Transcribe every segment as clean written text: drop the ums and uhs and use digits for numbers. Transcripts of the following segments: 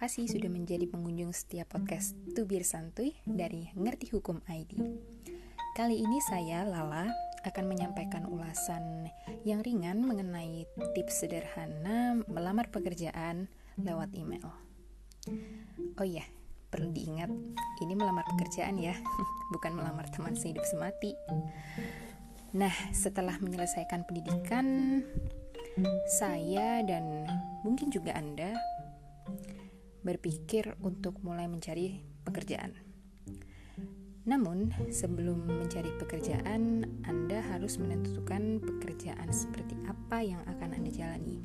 kasih sudah menjadi pengunjung setiap podcast Tubir Santuy dari Ngerti Hukum ID. Kali ini saya, Lala, akan menyampaikan ulasan yang ringan mengenai tips sederhana melamar pekerjaan lewat email. Oh iya, perlu diingat, ini melamar pekerjaan ya, bukan melamar teman sehidup semati. Nah, setelah menyelesaikan pendidikan, saya dan mungkin juga Anda berpikir untuk mulai mencari pekerjaan. Namun, sebelum mencari pekerjaan, Anda harus menentukan pekerjaan seperti apa yang akan Anda jalani.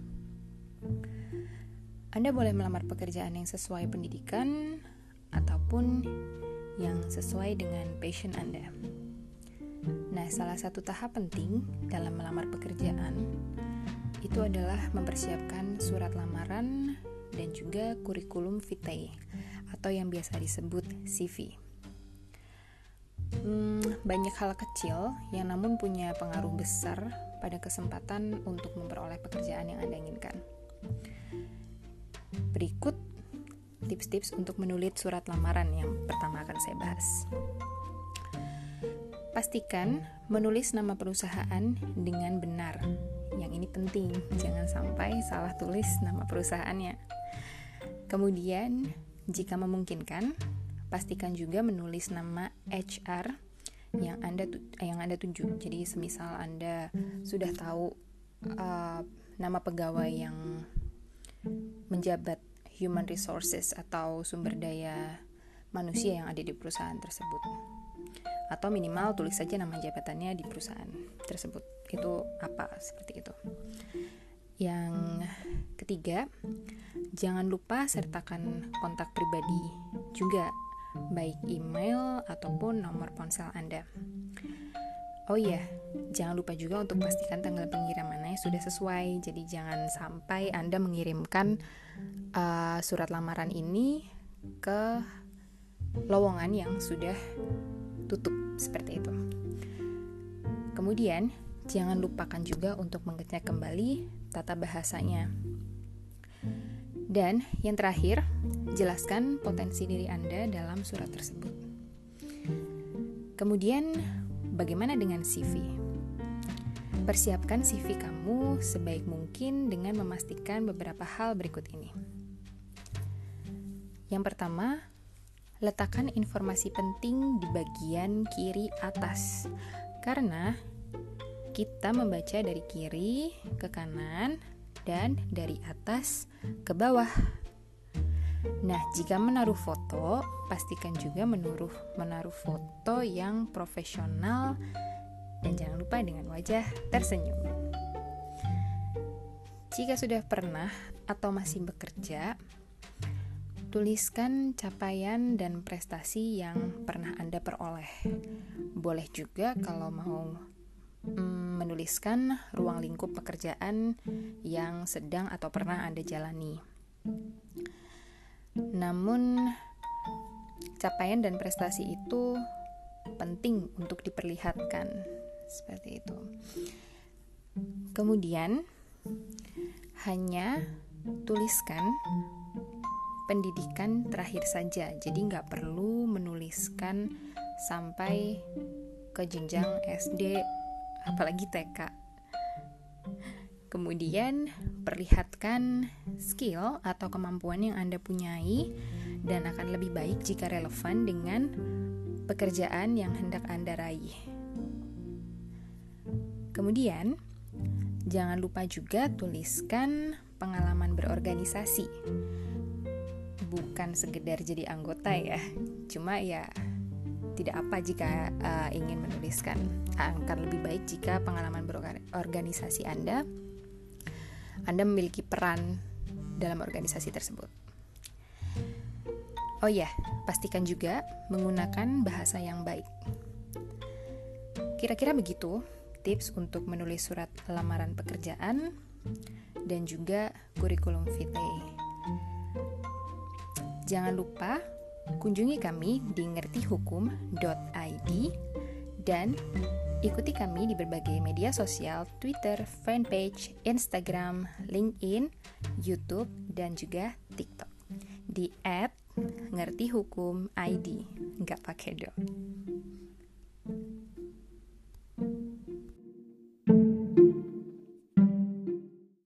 Anda boleh melamar pekerjaan yang sesuai pendidikan ataupun yang sesuai dengan passion Anda. Nah, salah satu tahap penting dalam melamar pekerjaan itu adalah mempersiapkan surat lamaran dan juga kurikulum vitae atau yang biasa disebut CV. Banyak hal kecil yang namun punya pengaruh besar pada kesempatan untuk memperoleh pekerjaan yang Anda inginkan. Berikut tips-tips untuk menulis surat lamaran yang pertama akan saya bahas. Pastikan menulis nama perusahaan dengan benar. Yang ini penting, jangan sampai salah tulis nama perusahaannya. Kemudian, jika memungkinkan, pastikan juga menulis nama HR yang Anda tuju. Jadi, semisal Anda sudah tahu nama pegawai yang menjabat human resources atau sumber daya manusia yang ada di perusahaan tersebut. Atau minimal tulis saja nama jabatannya di perusahaan tersebut. Itu apa, seperti itu. Yang ketiga, jangan lupa sertakan kontak pribadi juga, baik email ataupun nomor ponsel Anda. Oh iya, jangan lupa juga untuk pastikan tanggal pengirimannya sudah sesuai. Jadi jangan sampai Anda mengirimkan surat lamaran ini ke lowongan yang sudah tutup, seperti itu. Kemudian, jangan lupakan juga untuk mengecek kembali tata bahasanya. Dan yang terakhir, jelaskan potensi diri Anda dalam surat tersebut. Kemudian, bagaimana dengan CV? Persiapkan CV kamu sebaik mungkin dengan memastikan beberapa hal berikut ini. Yang pertama, letakkan informasi penting di bagian kiri atas, karena kita membaca dari kiri ke kanan dan dari atas ke bawah. Nah, jika menaruh foto, pastikan juga menaruh foto yang profesional dan jangan lupa dengan wajah tersenyum. Jika sudah pernah atau masih bekerja, tuliskan capaian dan prestasi yang pernah Anda peroleh. Boleh juga kalau mau menuliskan ruang lingkup pekerjaan yang sedang atau pernah Anda jalani. Namun, capaian dan prestasi itu penting untuk diperlihatkan, seperti itu. Kemudian, hanya tuliskan pendidikan terakhir saja, jadi nggak perlu menuliskan sampai ke jenjang SD, apalagi TK. Kemudian, perlihatkan skill atau kemampuan yang Anda punyai dan akan lebih baik jika relevan dengan pekerjaan yang hendak Anda raih. Kemudian, jangan lupa juga tuliskan pengalaman berorganisasi. Bukan sekedar jadi anggota ya, cuma ya tidak apa jika ingin menuliskan. Akan lebih baik jika pengalaman berorganisasi Anda memiliki peran dalam organisasi tersebut. Oh ya, pastikan juga menggunakan bahasa yang baik. Kira-kira begitu tips untuk menulis surat lamaran pekerjaan dan juga kurikulum vitae. Jangan lupa kunjungi kami di ngertihukum.id dan ikuti kami di berbagai media sosial, Twitter, fanpage, Instagram, LinkedIn, YouTube, dan juga TikTok. di @ngertihukum.id, nggak pakai dot.